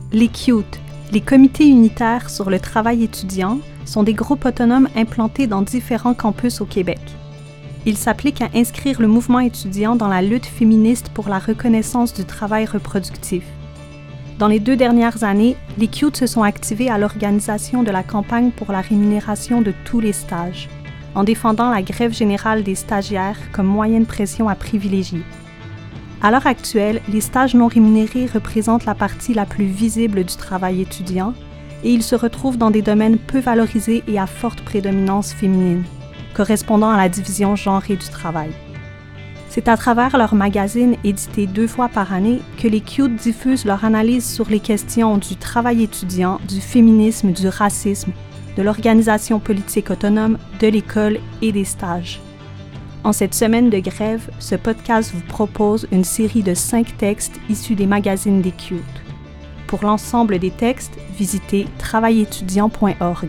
Les CUTE, les comités unitaires sur le travail étudiant, sont des groupes autonomes implantés dans différents campus au Québec. Ils s'appliquent à inscrire le mouvement étudiant dans la lutte féministe pour la reconnaissance du travail reproductif. Dans les 2 dernières années, les CUTE se sont activés à l'organisation de la campagne pour la rémunération de tous les stages, en défendant la grève générale des stagiaires comme moyen de pression à privilégier. À l'heure actuelle, les stages non rémunérés représentent la partie la plus visible du travail étudiant et ils se retrouvent dans des domaines peu valorisés et à forte prédominance féminine, correspondant à la division genrée du travail. C'est à travers leur magazine édité 2 fois par année que les CUTE diffusent leur analyse sur les questions du travail étudiant, du féminisme, du racisme, de l'organisation politique autonome, de l'école et des stages. En cette semaine de grève, ce podcast vous propose une série de 5 textes issus des magazines des CUTE. Pour l'ensemble des textes, visitez travailétudiant.org.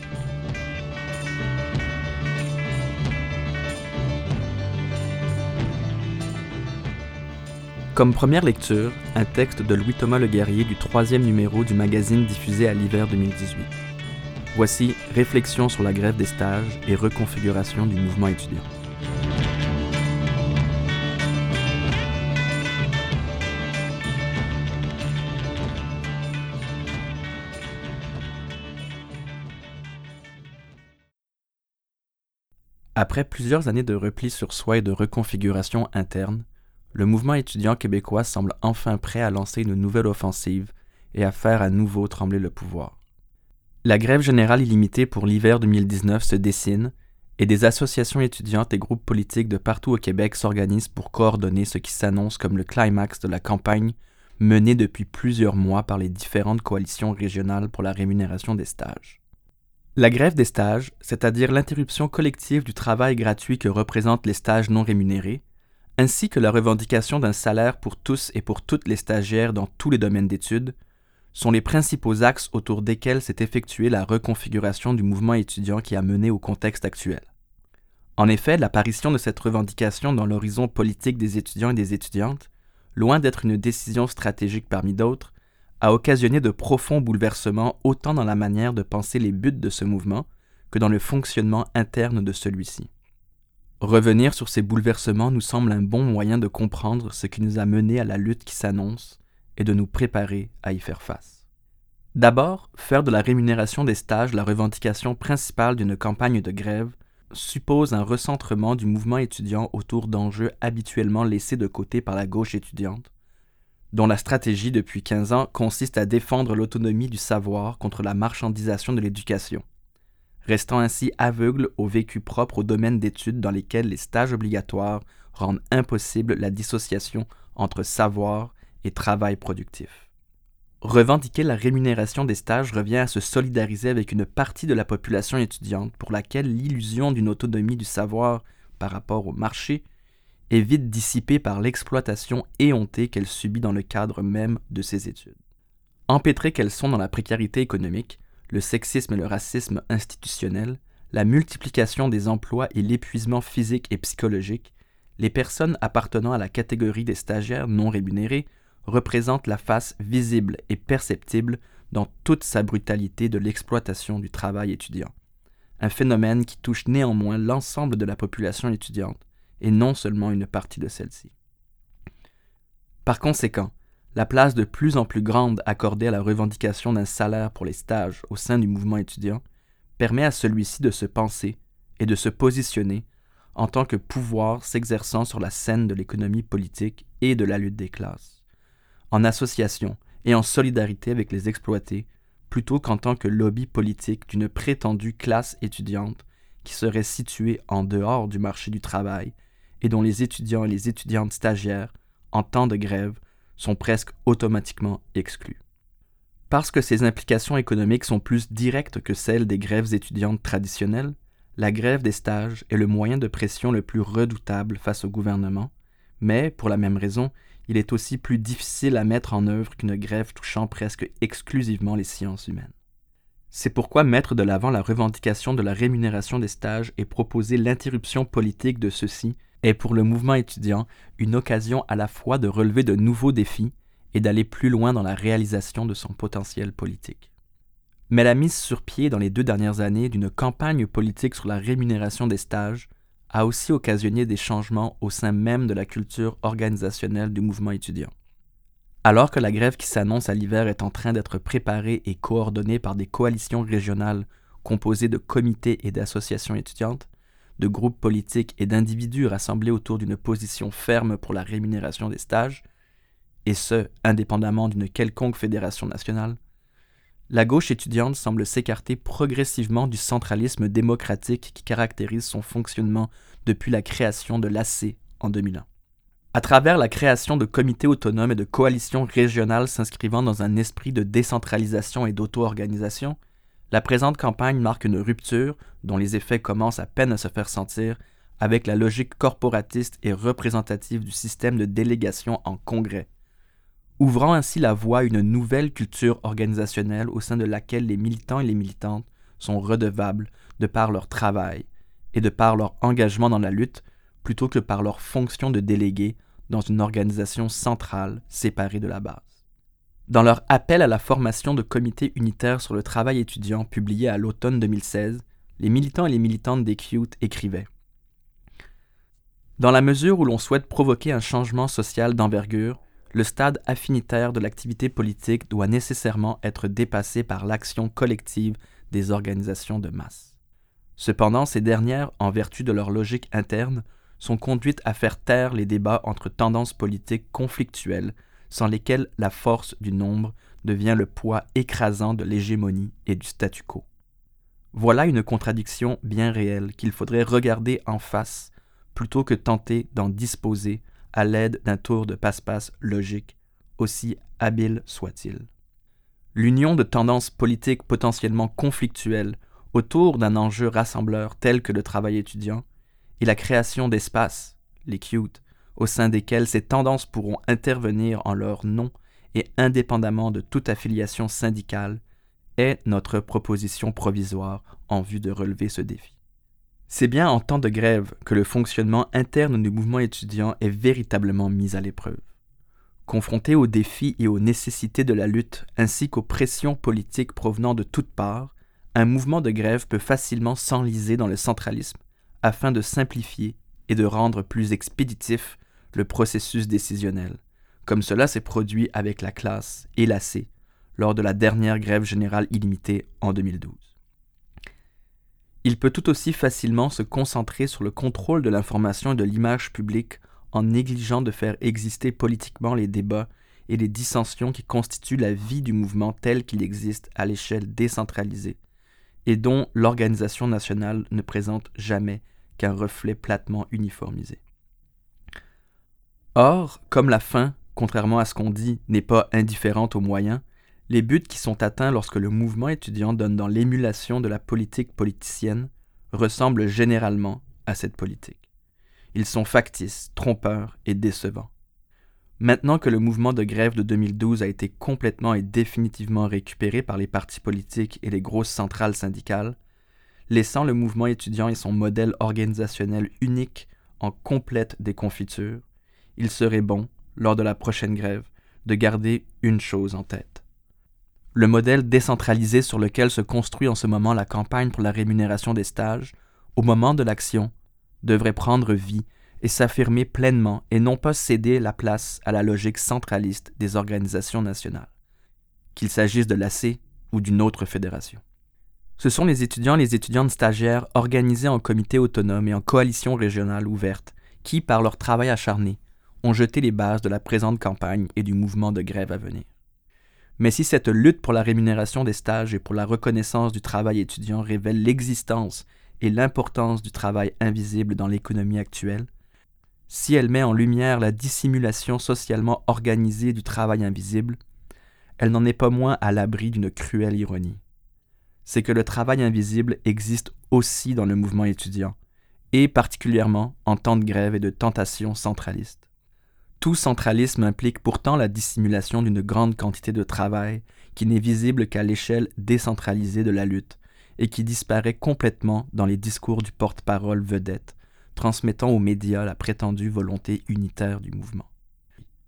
Comme première lecture, un texte de Louis-Thomas Leguerrier du 3e numéro du magazine diffusé à l'hiver 2018. Voici Réflexions sur la grève des stages et reconfiguration du mouvement étudiant. Après plusieurs années de repli sur soi et de reconfiguration interne, le mouvement étudiant québécois semble enfin prêt à lancer une nouvelle offensive et à faire à nouveau trembler le pouvoir. La grève générale illimitée pour l'hiver 2019 se dessine et des associations étudiantes et groupes politiques de partout au Québec s'organisent pour coordonner ce qui s'annonce comme le climax de la campagne menée depuis plusieurs mois par les différentes coalitions régionales pour la rémunération des stages. La grève des stages, c'est-à-dire l'interruption collective du travail gratuit que représentent les stages non rémunérés, ainsi que la revendication d'un salaire pour tous et pour toutes les stagiaires dans tous les domaines d'études, sont les principaux axes autour desquels s'est effectuée la reconfiguration du mouvement étudiant qui a mené au contexte actuel. En effet, l'apparition de cette revendication dans l'horizon politique des étudiants et des étudiantes, loin d'être une décision stratégique parmi d'autres, a occasionné de profonds bouleversements autant dans la manière de penser les buts de ce mouvement que dans le fonctionnement interne de celui-ci. Revenir sur ces bouleversements nous semble un bon moyen de comprendre ce qui nous a menés à la lutte qui s'annonce et de nous préparer à y faire face. D'abord, faire de la rémunération des stages la revendication principale d'une campagne de grève suppose un recentrement du mouvement étudiant autour d'enjeux habituellement laissés de côté par la gauche étudiante, dont la stratégie depuis 15 ans consiste à défendre l'autonomie du savoir contre la marchandisation de l'éducation, restant ainsi aveugle au vécu propre aux domaines d'études dans lesquels les stages obligatoires rendent impossible la dissociation entre savoir et travail productif. Revendiquer la rémunération des stages revient à se solidariser avec une partie de la population étudiante pour laquelle l'illusion d'une autonomie du savoir par rapport au marché est vite dissipée par l'exploitation éhontée qu'elle subit dans le cadre même de ses études. Empêtrées qu'elles sont dans la précarité économique, le sexisme et le racisme institutionnel, la multiplication des emplois et l'épuisement physique et psychologique, les personnes appartenant à la catégorie des stagiaires non rémunérés représentent la face visible et perceptible dans toute sa brutalité de l'exploitation du travail étudiant. Un phénomène qui touche néanmoins l'ensemble de la population étudiante et non seulement une partie de celle-ci. Par conséquent, la place de plus en plus grande accordée à la revendication d'un salaire pour les stages au sein du mouvement étudiant permet à celui-ci de se penser et de se positionner en tant que pouvoir s'exerçant sur la scène de l'économie politique et de la lutte des classes, en association et en solidarité avec les exploités, plutôt qu'en tant que lobby politique d'une prétendue classe étudiante qui serait située en dehors du marché du travail et dont les étudiants et les étudiantes stagiaires, en temps de grève, sont presque automatiquement exclus. Parce que ces implications économiques sont plus directes que celles des grèves étudiantes traditionnelles, la grève des stages est le moyen de pression le plus redoutable face au gouvernement, mais, pour la même raison, il est aussi plus difficile à mettre en œuvre qu'une grève touchant presque exclusivement les sciences humaines. C'est pourquoi mettre de l'avant la revendication de la rémunération des stages et proposer l'interruption politique de ceux-ci est pour le mouvement étudiant une occasion à la fois de relever de nouveaux défis et d'aller plus loin dans la réalisation de son potentiel politique. Mais la mise sur pied dans les 2 dernières années d'une campagne politique sur la rémunération des stages a aussi occasionné des changements au sein même de la culture organisationnelle du mouvement étudiant. Alors que la grève qui s'annonce à l'hiver est en train d'être préparée et coordonnée par des coalitions régionales composées de comités et d'associations étudiantes, de groupes politiques et d'individus rassemblés autour d'une position ferme pour la rémunération des stages, et ce, indépendamment d'une quelconque fédération nationale, la gauche étudiante semble s'écarter progressivement du centralisme démocratique qui caractérise son fonctionnement depuis la création de l'AC en 2001. À travers la création de comités autonomes et de coalitions régionales s'inscrivant dans un esprit de décentralisation et d'auto-organisation, la présente campagne marque une rupture dont les effets commencent à peine à se faire sentir avec la logique corporatiste et représentative du système de délégation en congrès, ouvrant ainsi la voie à une nouvelle culture organisationnelle au sein de laquelle les militants et les militantes sont redevables de par leur travail et de par leur engagement dans la lutte plutôt que par leur fonction de délégués dans une organisation centrale séparée de la base. Dans leur appel à la formation de comités unitaires sur le travail étudiant publié à l'automne 2016, les militants et les militantes des CUTE écrivaient « Dans la mesure où l'on souhaite provoquer un changement social d'envergure, le stade affinitaire de l'activité politique doit nécessairement être dépassé par l'action collective des organisations de masse. Cependant, ces dernières, en vertu de leur logique interne, sont conduites à faire taire les débats entre tendances politiques conflictuelles sans lesquelles la force du nombre devient le poids écrasant de l'hégémonie et du statu quo. Voilà une contradiction bien réelle qu'il faudrait regarder en face plutôt que tenter d'en disposer à l'aide d'un tour de passe-passe logique, aussi habile soit-il. L'union de tendances politiques potentiellement conflictuelles autour d'un enjeu rassembleur tel que le travail étudiant et la création d'espaces, les CUTE, au sein desquels ces tendances pourront intervenir en leur nom et indépendamment de toute affiliation syndicale, est notre proposition provisoire en vue de relever ce défi. C'est bien en temps de grève que le fonctionnement interne du mouvement étudiant est véritablement mis à l'épreuve. Confronté aux défis et aux nécessités de la lutte ainsi qu'aux pressions politiques provenant de toutes parts, un mouvement de grève peut facilement s'enliser dans le centralisme afin de simplifier et de rendre plus expéditif le processus décisionnel, comme cela s'est produit avec la classe et l'AC lors de la dernière grève générale illimitée en 2012. Il peut tout aussi facilement se concentrer sur le contrôle de l'information et de l'image publique en négligeant de faire exister politiquement les débats et les dissensions qui constituent la vie du mouvement tel qu'il existe à l'échelle décentralisée et dont l'organisation nationale ne présente jamais qu'un reflet platement uniformisé. Or, comme la fin, contrairement à ce qu'on dit, n'est pas indifférente aux moyens, les buts qui sont atteints lorsque le mouvement étudiant donne dans l'émulation de la politique politicienne ressemblent généralement à cette politique. Ils sont factices, trompeurs et décevants. Maintenant que le mouvement de grève de 2012 a été complètement et définitivement récupéré par les partis politiques et les grosses centrales syndicales, laissant le mouvement étudiant et son modèle organisationnel unique en complète déconfiture, il serait bon, lors de la prochaine grève, de garder une chose en tête. Le modèle décentralisé sur lequel se construit en ce moment la campagne pour la rémunération des stages, au moment de l'action, devrait prendre vie et s'affirmer pleinement et non pas céder la place à la logique centraliste des organisations nationales, qu'il s'agisse de l'AC ou d'une autre fédération. Ce sont les étudiants et les étudiantes stagiaires organisés en comités autonomes et en coalitions régionales ouvertes qui, par leur travail acharné, ont jeté les bases de la présente campagne et du mouvement de grève à venir. Mais si cette lutte pour la rémunération des stages et pour la reconnaissance du travail étudiant révèle l'existence et l'importance du travail invisible dans l'économie actuelle, si elle met en lumière la dissimulation socialement organisée du travail invisible, elle n'en est pas moins à l'abri d'une cruelle ironie. C'est que le travail invisible existe aussi dans le mouvement étudiant, et particulièrement en temps de grève et de tentation centraliste. Tout centralisme implique pourtant la dissimulation d'une grande quantité de travail qui n'est visible qu'à l'échelle décentralisée de la lutte et qui disparaît complètement dans les discours du porte-parole vedette, transmettant aux médias la prétendue volonté unitaire du mouvement.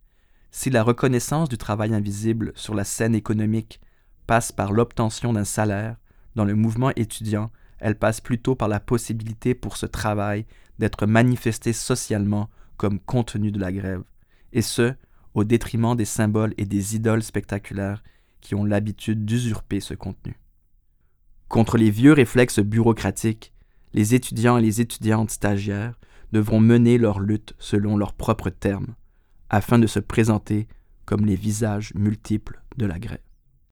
Si la reconnaissance du travail invisible sur la scène économique passe par l'obtention d'un salaire, dans le mouvement étudiant, elle passe plutôt par la possibilité pour ce travail d'être manifesté socialement comme contenu de la grève, et ce, au détriment des symboles et des idoles spectaculaires qui ont l'habitude d'usurper ce contenu. Contre les vieux réflexes bureaucratiques, les étudiants et les étudiantes stagiaires devront mener leur lutte selon leurs propres termes, afin de se présenter comme les visages multiples de la grève.